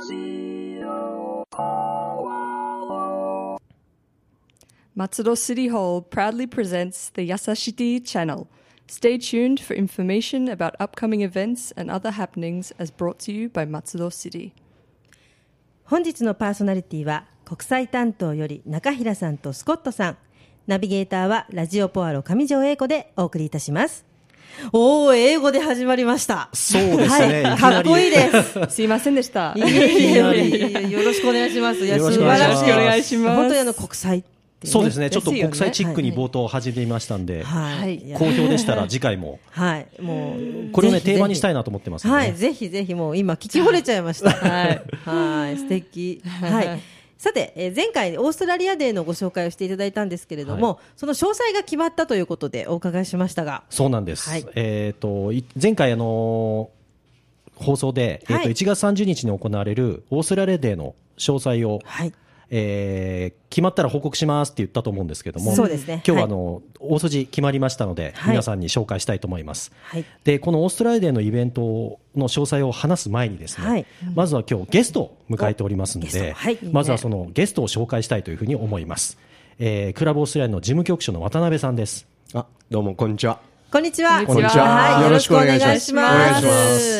Matsudo City Hall proudly presents the Yasashiti channel. Stay tuned for information about upcoming events and other happenings as brought to you by Matsudo City. 本日のパーソナリティは国際担当より中平さんとスコットさん、ナビゲーターはラジオポアロ上条英子でお送りいたします。おー、英語で始まりました。 そうですね、 はい、かっこいいです。 すいませんでした。 よろしくお願いします。いや、素晴らしい。 お願いします。 本当に国際って、ね、 そうですね、ちょっと国際チックに冒頭始めましたんで、 はい、 好評でしたら次回も、 はい、もうこれをね定番にしたいなと思ってますので、 はい、ぜひぜひもう今聞き惚れちゃいました。はい、はい、素敵。はい。さて、前回オーストラリアデーのご紹介をしていただいたんですけれども、はい、その詳細が決まったということでお伺いしましたが。 そうなんです。はい、前回放送で、 はい、 1月30日に行われるオーストラリアデーの詳細を、はい、決まったら報告しますって言ったと思うんですけども、 そうですね、 今日は大筋決まりましたので、はい、皆さんに紹介したいと思います、 はい、 でこのオーストラリアデーのイベントの詳細を話す前にですね、はい、まずは今日ゲストを迎えておりますので、はい、まずはそのゲストを紹介したいというふうに思います、クラブオーストラリアの事務局長の渡辺さんです。 どうもこんにちは。 こんにちは。 こんにちは、 はい、よろしくお願いします。 お願いします。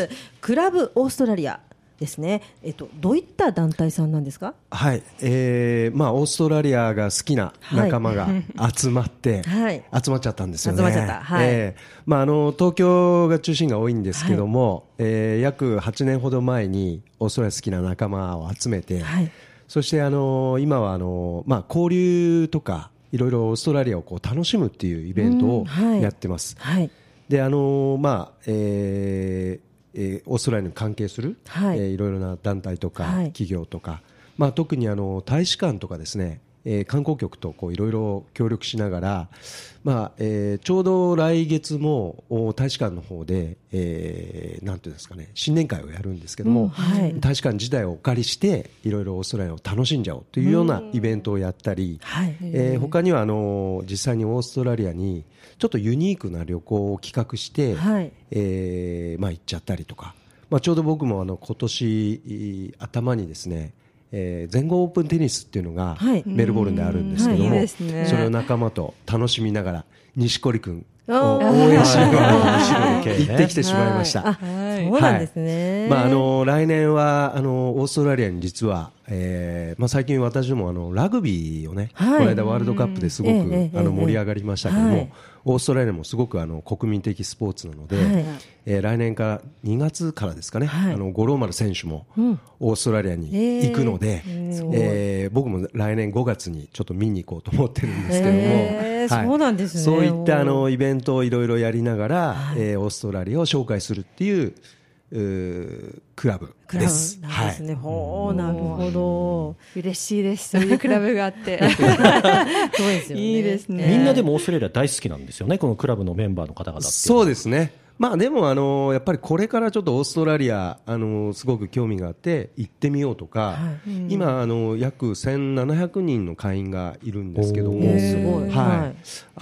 クラブオーストラリアですね。どういった団体さんなんですか？ はい、オーストラリアが好きな仲間が集まって、はい、集まっちゃったんですよね。 集まっちゃった。はい。 東京が中心が多いんですけども、はい、約8年ほど前にオーストラリア好きな仲間を集めて、はい、そして今は交流とかいろいろオーストラリアをこう楽しむっていうイベントをやってます。はい。でオーストラリアに関係する、はい、いろいろな団体とか、はい、企業とか、特に大使館とかですね、観光局といろいろ協力しながら、ちょうど来月も大使館の方で、なんていうんですかね、新年会をやるんですけども、はい、大使館自体をお借りしていろいろオーストラリアを楽しんじゃおうというようなイベントをやったり、他には実際にオーストラリアにちょっとユニークな旅行を企画して、はい、行っちゃったりとか、ちょうど僕も今年頭にですね、全豪オープンテニスっていうのがメルボルンであるんですけども、それを仲間と楽しみながら錦織君を応援しながら行ってきてしまいました。 そうなんですね。 来年はオーストラリアに実は、最近私どもラグビーをね、この間ワールドカップですごく盛り上がりましたけども、オーストラリアもすごく国民的スポーツなので、来年から2月からですかね、五郎丸選手もオーストラリアに行くので、僕も来年5月にちょっと見に行こうと思ってるんですけども、 そうなんですね。 そういったイベントをいろいろやりながら、オーストラリアを紹介するっていうクラブです。 なんですね。なるほど。 嬉しいです。そういうクラブがあって。 そうですよね。 いいですね。 みんなでもオーストラリア大好きなんですよね。このクラブのメンバーの方々って。 そうですね。でもやっぱりこれからちょっとオーストラリアすごく興味があって行ってみようとか、今約1700人の会員がいるんですけども、 すごい。 はい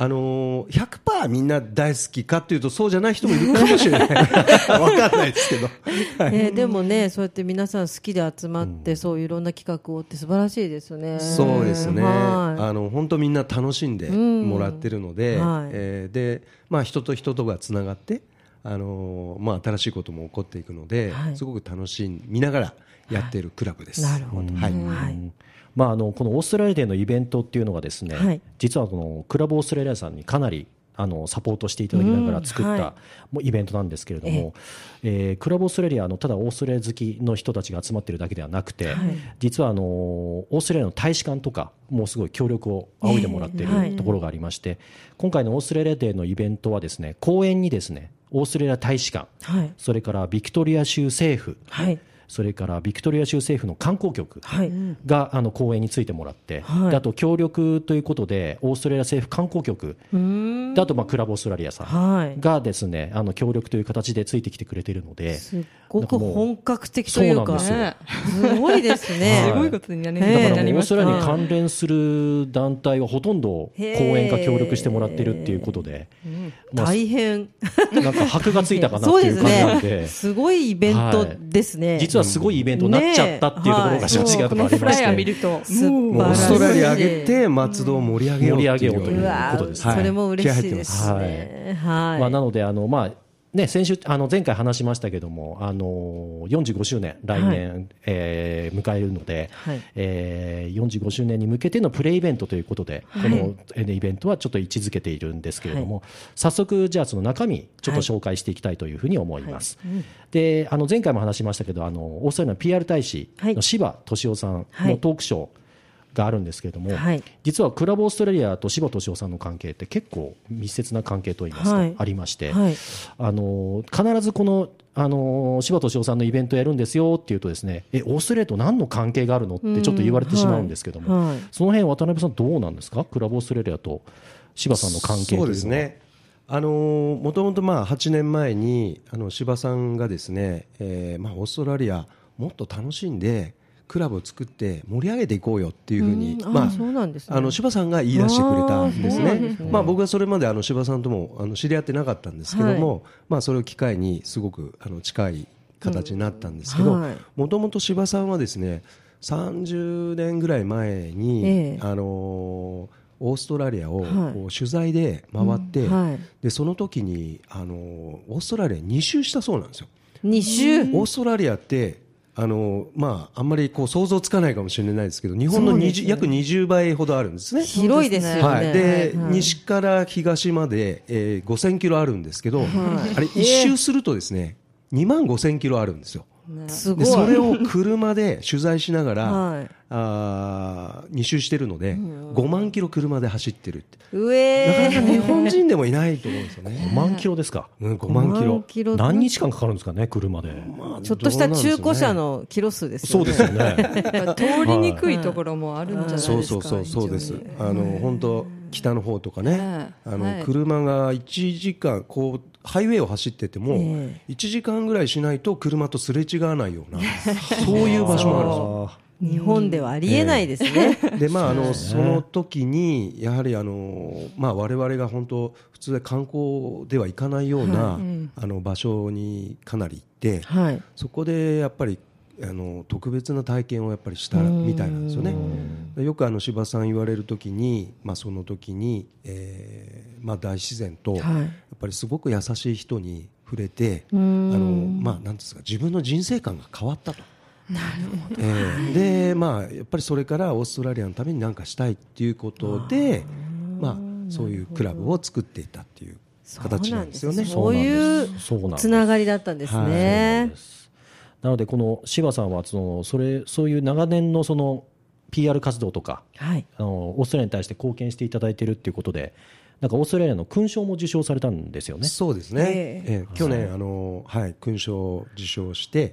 。100% みんな大好きかというとそうじゃない人もいるかもしれない。わかんないですけど。 でもね、そうやって皆さん好きで集まってそういういろんな企画をって素晴らしいですね。 そうですね。本当みんな楽しんでもらってるので、で人と人とがつながって。新しいことも起こっていくので、すごく楽しみながらやっているクラブです。 なるほど。はい。 このオーストラリアでのイベントっていうのがですね、実はこのクラブオーストラリアさんにかなりサポートしていただきながら作ったイベントなんですけれども、クラブオーストラリアただオーストラリア好きの人たちが集まっているだけではなくて、実はオーストラリアの大使館とかもすごい協力を仰いでもらっているところがありまして、今回のオーストラリアデーのイベントはですね、公演にですね、オーストラリア大使館、それからビクトリア州政府、それからビクトリア州政府の観光局が講演についてもらって、であと協力ということでオーストラリア政府観光局であとクラブオーストラリアさんがですね、協力という形でついてきてくれているので、 すごく本格的というか、すごいですね。 すごいことになりだからオました。 ーストラリアに関連する団体はほとんど講演が協力してもらっているっていうことで、 大変なんか箔がついたかなっていう感じなので、 すごいイベントですね。 実はすごいイベントになっちゃったっていうところが正直なところありまして、 フライヤー見るとオーストラリア上げて松戸を盛り上げようということですね。 それも嬉しいですね。 なので先週前回話しましたけども45周年来年、迎えるので、45周年に向けてのプレイイベントということで、このイベントはちょっと位置づけているんですけれども、早速じゃあその中身ちょっと紹介していきたいというふうに思います。で前回も話しましたけどオーストラリアの PR 大使の柴俊夫さんのトークショーがあるんですけれども、実はクラブオーストラリアと柴俊夫さんの関係って結構密接な関係といいますか、ありまして、必ずこの柴俊夫さんのイベントやるんですよっていうとですね、オーストラリアと何の関係があるのってちょっと言われてしまうんですけども、その辺渡辺さんどうなんですか、クラブオーストラリアと柴さんの関係というのは。そうですね、 もともと8年前に柴さんがですね、オーストラリアもっと楽しんでクラブを作って盛り上げていこうよっていうふうに柴さんが言い出してくれたんですね。僕はそれまで柴さんとも知り合ってなかったんですけども、それを機会にすごく近い形になったんですけど、もともと柴さんはですね30年ぐらい前に、オーストラリアを取材で回って、でその時にオーストラリア2周したそうなんですよ。 2周。 オーストラリアってあんまり想像つかないかもしれないですけど、日本の約20倍ほどあるんですね。 広いですよね。 で西から東まで、5000キロあるんですけど、あれ一周するとですね2万5000キロあるんですよ。 すごい。 でそれを車で取材しながら、2周してるので5万キロ車で走ってるって、なかなか日本人でもいないと思うんですよね。 5万キロですか。 5万キロ何日間かかるんですかね、車で。 ちょっとした中古車のキロ数ですよね。 そうですよね。 通りにくいところもあるんじゃないですか。 そうです。本当北の方とかね、車が1時間ハイウェイを走ってても1時間ぐらいしないと車とすれ違わないようなそういう場所もあるんですよ。 日本ではありえないですね。 でその時にやはり我々が本当普通で観光では行かないような、場所にかなり行って、そこでやっぱり特別な体験をやっぱりしたみたいなんですよね。よく柴さん言われる時に、その時に、大自然とやっぱりすごく優しい人に触れて、なんですか、自分の人生観が変わったと。 なるほど。 でやっぱりそれからオーストラリアのために何かしたいっていうことでそういうクラブを作っていたっていう形なんですよね。 そういうつながりだったんですね。 なのでこの柴さんはそういう長年のPR 活動とか、オーストラリアに対して貢献していただいているということで、なんかオーストラリアの勲章も受賞されたんですよね。 そうですね、去年勲章を受賞して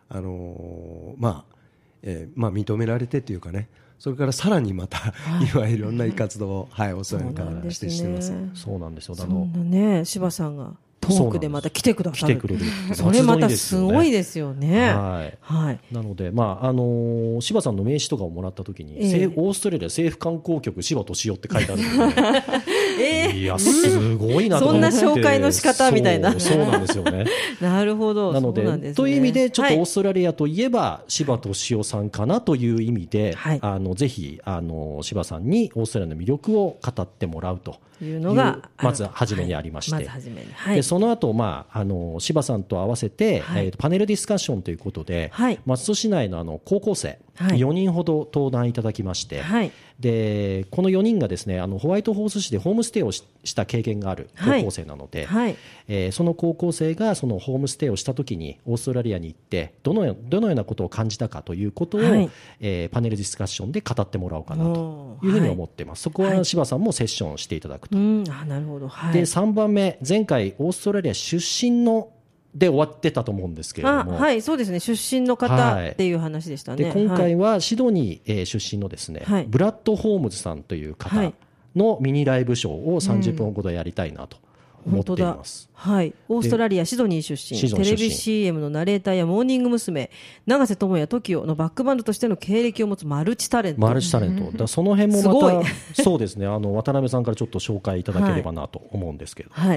認められてというかね、それからさらにまた今いろんな活動をオーストラリアからしてます。 そうなんですよ。 そんなね、柴さんがトークでまた来てくださる。それまたすごいですよね。なので柴さんの名刺とかをもらった時に、オーストラリア政府観光局柴俊夫って書いてあるので、いやすごいなと思って。 そんな紹介の仕方みたいな。 そうなんですよね。 なるほど。 なのでという意味でちょっとオーストラリアといえば柴俊夫さんかなという意味で、ぜひ柴さんにオーストラリアの魅力を語ってもらうというのがまず初めにありまして、でその後柴さんと合わせてパネルディスカッションということで、松戸市内の高校生4人ほど登壇いただきまして、でこの4人がですねホワイトホース市でホームステイをした経験がある高校生なので、その高校生がそのホームステイをした時にオーストラリアに行ってどのようなことを感じたかということを、パネルディスカッションで語ってもらおうかなというふうに思っています。そこは柴さんもセッションしていただくと。 なるほど。 で3番目、前回オーストラリア出身ので終わってたと思うんですけれども、 そうですね、出身の方っていう話でしたね。 で今回はシドニー出身のですね、ブラッド・ホームズさんという方のミニライブショーを30分ほどやりたいなと思っています。 オーストラリアシドニー出身、テレビ CM のナレーターやモーニング娘。永瀬智也 TOKIO のバックバンドとしての経歴を持つマルチタレント。 だその辺もまたそうですね、渡辺さんからちょっと紹介いただければなと思うんですけど、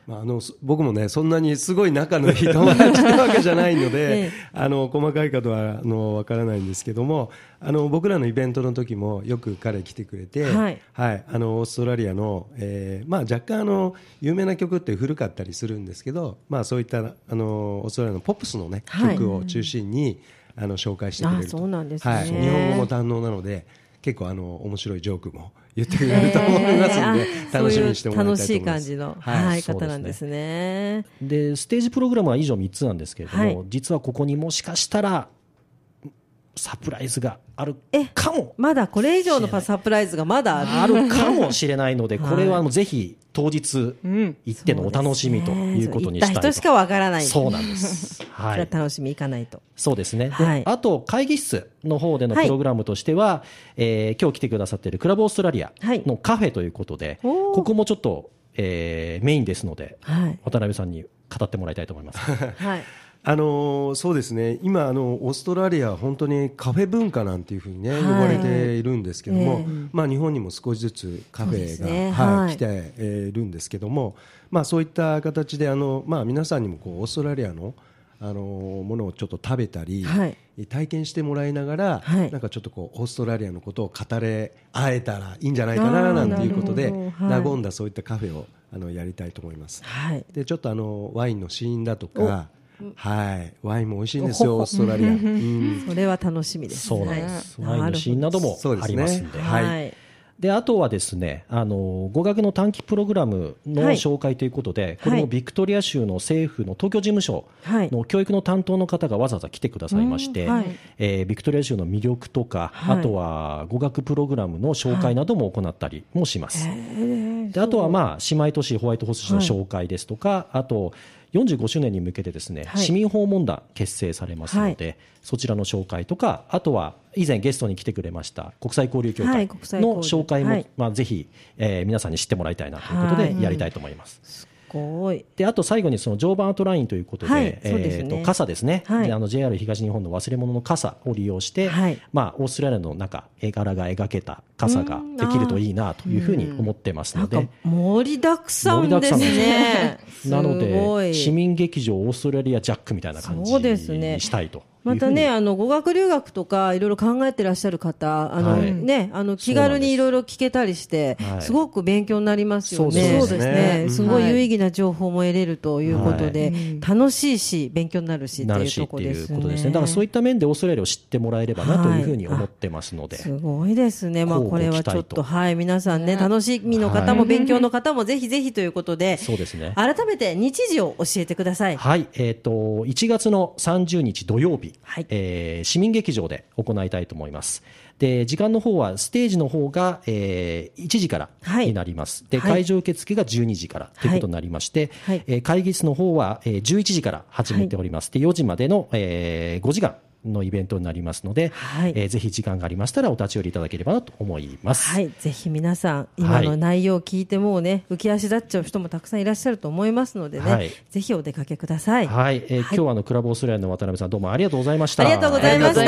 僕もねそんなにすごい仲のいい友達ってわけじゃないので、細かいことはわからないんですけども、僕らのイベントの時もよく彼来てくれて、オーストラリアの、若干有名な曲って古かったりするんですけど、そういったオーストラリアのポップスの、ね、曲を中心に紹介してくれると。 そうなんですね。 日本語も堪能なので結構面白いジョークも言ってくれると思いますので、楽しみにしてもらいたいと思います。 楽しい感じの、方なんですね。 でステージプログラムは以上3つなんですけれども、実はここにもしかしたらサプライズがあるかも。 まだこれ以上のサプライズがまだあるかもしれないので、これはもうぜひ当日行ってのお楽しみということにしたいと。 行った人しかわからない。 そうなんです。 はい。楽しみいかないと。 そうですね。あと会議室の方でのプログラムとしては、今日来てくださっているクラブオーストラリアのカフェということで、ここもちょっと、メインですので、渡辺さんに語ってもらいたいと思います。 はい。 そうですね、今オーストラリアは本当にカフェ文化なんていうふうに、ね、呼ばれているんですけども、日本にも少しずつカフェが、来ているんですけども、そういった形で皆さんにもオーストラリアのものをちょっと食べたり、体験してもらいながら、なんかちょっとオーストラリアのことを語れ合えたらいいんじゃないかななんていうことで、和んだそういったカフェをやりたいと思います。でちょっとワインの試飲だとか、ワインも美味しいんですよ、オーストラリア。 それは楽しみですね。 そうなんです。ワインのシーンなどもありますので。であとはですね、語学の短期プログラムの紹介ということで、これもビクトリア州の政府の東京事務所の教育の担当の方がわざわざ来てくださいまして、ビクトリア州の魅力とか、あとは語学プログラムの紹介なども行ったりもします。であとは姉妹都市ホワイトホース市の紹介ですとか、あと45周年に向けてですね、市民訪問団結成されますので、そちらの紹介とか、あとは以前ゲストに来てくれました国際交流協会の紹介も、ぜひ、皆さんに知ってもらいたいなということでやりたいと思います。 すごい。 であと最後にその常磐アートラインということで、傘ですね、JR 東日本の忘れ物の傘を利用して、オーストラリアの中絵柄が描けた傘ができるといいなというふうに思ってますので、 なんか盛りだくさんですね。 なので市民劇場オーストラリアジャックみたいな感じにしたいと。 またね、語学留学とかいろいろ考えてらっしゃる方、気軽にいろいろ聞けたりして、すごく勉強になりますよね。そうですね。すごい有意義な情報も得れるということで、楽しいし勉強になるしっていうところですね。 だからそういった面でオーストラリアを知ってもらえればなというふうに思ってますので、 すごいですね。これはちょっと皆さんね、楽しみの方も勉強の方もぜひぜひということで、 そうですね。 改めて日時を教えてください。 はい、1月の30日土曜日、市民劇場で行いたいと思います。で時間の方はステージの方が、1時からになります。で会場受付が12時からということになりまして、会議室の方は、11時から始めております。で4時までの、5時間のイベントになりますので、ぜひ時間がありましたらお立ち寄りいただければなと思います。 ぜひ皆さん今の内容を聞いてもうね、浮き足立っちゃう人もたくさんいらっしゃると思いますのでね、ぜひお出かけください。 今日はクラブオーストラリアの渡辺さんどうもありがとうございました。 ありがとうございました。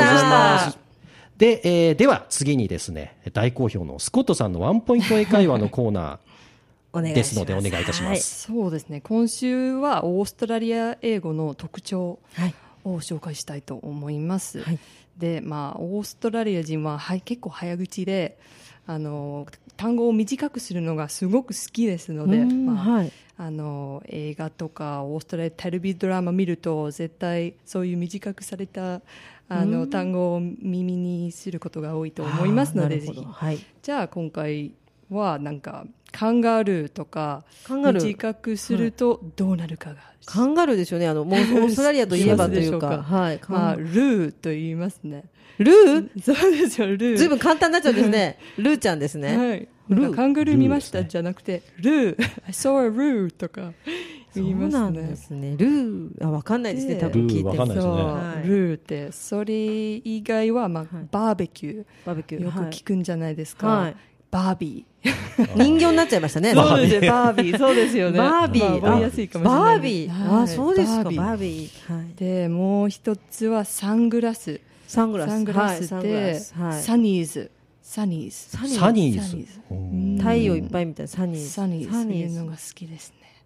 では次にですね、大好評のスコットさんのワンポイント英会話のコーナーですのでお願いいたします。 そうですね、今週はオーストラリア英語の特徴を紹介したいと思います。で、オーストラリア人は、結構早口で単語を短くするのがすごく好きですので、映画とかオーストラリアテレビドラマ見ると絶対そういう短くされた単語を耳にすることが多いと思いますので、ぜひ、じゃあ今回はなんかカンガルーとか短くするとどうなるかが、 カンガルーですよね。もうオーストラリアといえばというか、ルーと言いますね。 ルー？ そうですよ、ルー。 ずいぶん簡単になっちゃうんですね。ルーちゃんですね。 カンガルー見ましたじゃなくて、ルー、I saw a ルーとか言いますね。 そうなんですね。ルー、わかんないですね、多分聞いて。 わかんないですね。 ルーって、それ以外はバーベキュー、よく聞くんじゃないですか。バービー。 人形になっちゃいましたね。 そうですね、バービー。そうですよね。 バービー。 覚えやすいかもしれない。 バービー。そうですか、バービー。 で、もう一つはサングラス。サングラスで、サニーズ。サニーズ。 太陽いっぱいみたいなサニーズ。 サニーズいうのが好きですね。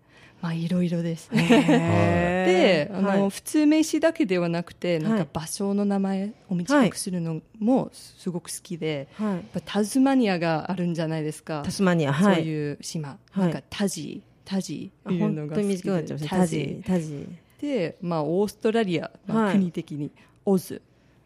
いろいろですで、普通名詞だけではなくて、なんか場所の名前を短くするのもすごく好きで、タスマニアがあるんじゃないですか。 タスマニア、 そういう島、なんかタジっていうのが好きで、 本当に短くなっちゃいますね。タジで、オーストラリア、国的にオズ、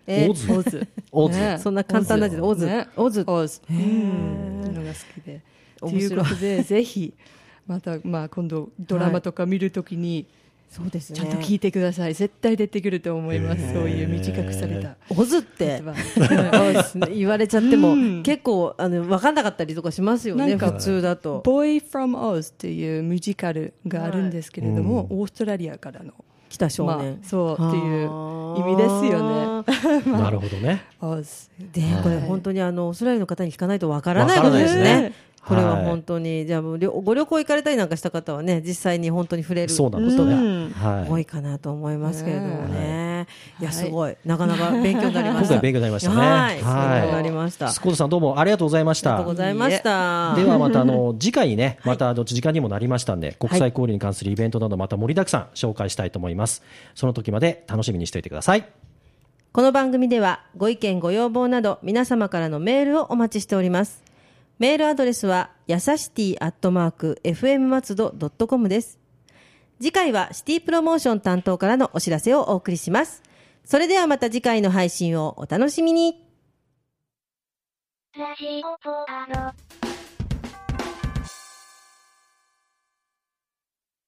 そんな簡単な字でオズっていうのが好きで、ということでぜひまた今度ドラマとか見るときに、 そうですね、 ちゃんと聞いてください。絶対出てくると思います。そういう短くされたオズって言われちゃっても、結構分かんなかったりとかしますよね。普通だと Boy from Oz っていうミュージカルがあるんですけれども、オーストラリアからの来た少年、 そうっていう意味ですよね。 なるほどね。 Oz で、これ本当にオーストラリアの方に聞かないとわからないことですね。これは本当に、じゃあご旅行行かれたりなんかした方はね、実際に本当に触れることが多いかなと思いますけれどもね。いや、すごい、なかなか勉強になりました。 今回勉強になりましたね。 はい、勉強になりました。 スコットさんどうもありがとうございました。 ありがとうございました。 ではまた次回にね、また時間にもなりましたんで、国際交流に関するイベントなどまた盛りだくさん紹介したいと思います。その時まで楽しみにしておいてください。 この番組ではご意見ご要望など皆様からのメールをお待ちしております。メールアドレスはやさしティ@fm松戸.com です。次回はシティプロモーション担当からのお知らせをお送りします。それではまた次回の配信をお楽しみに。ラジオポアド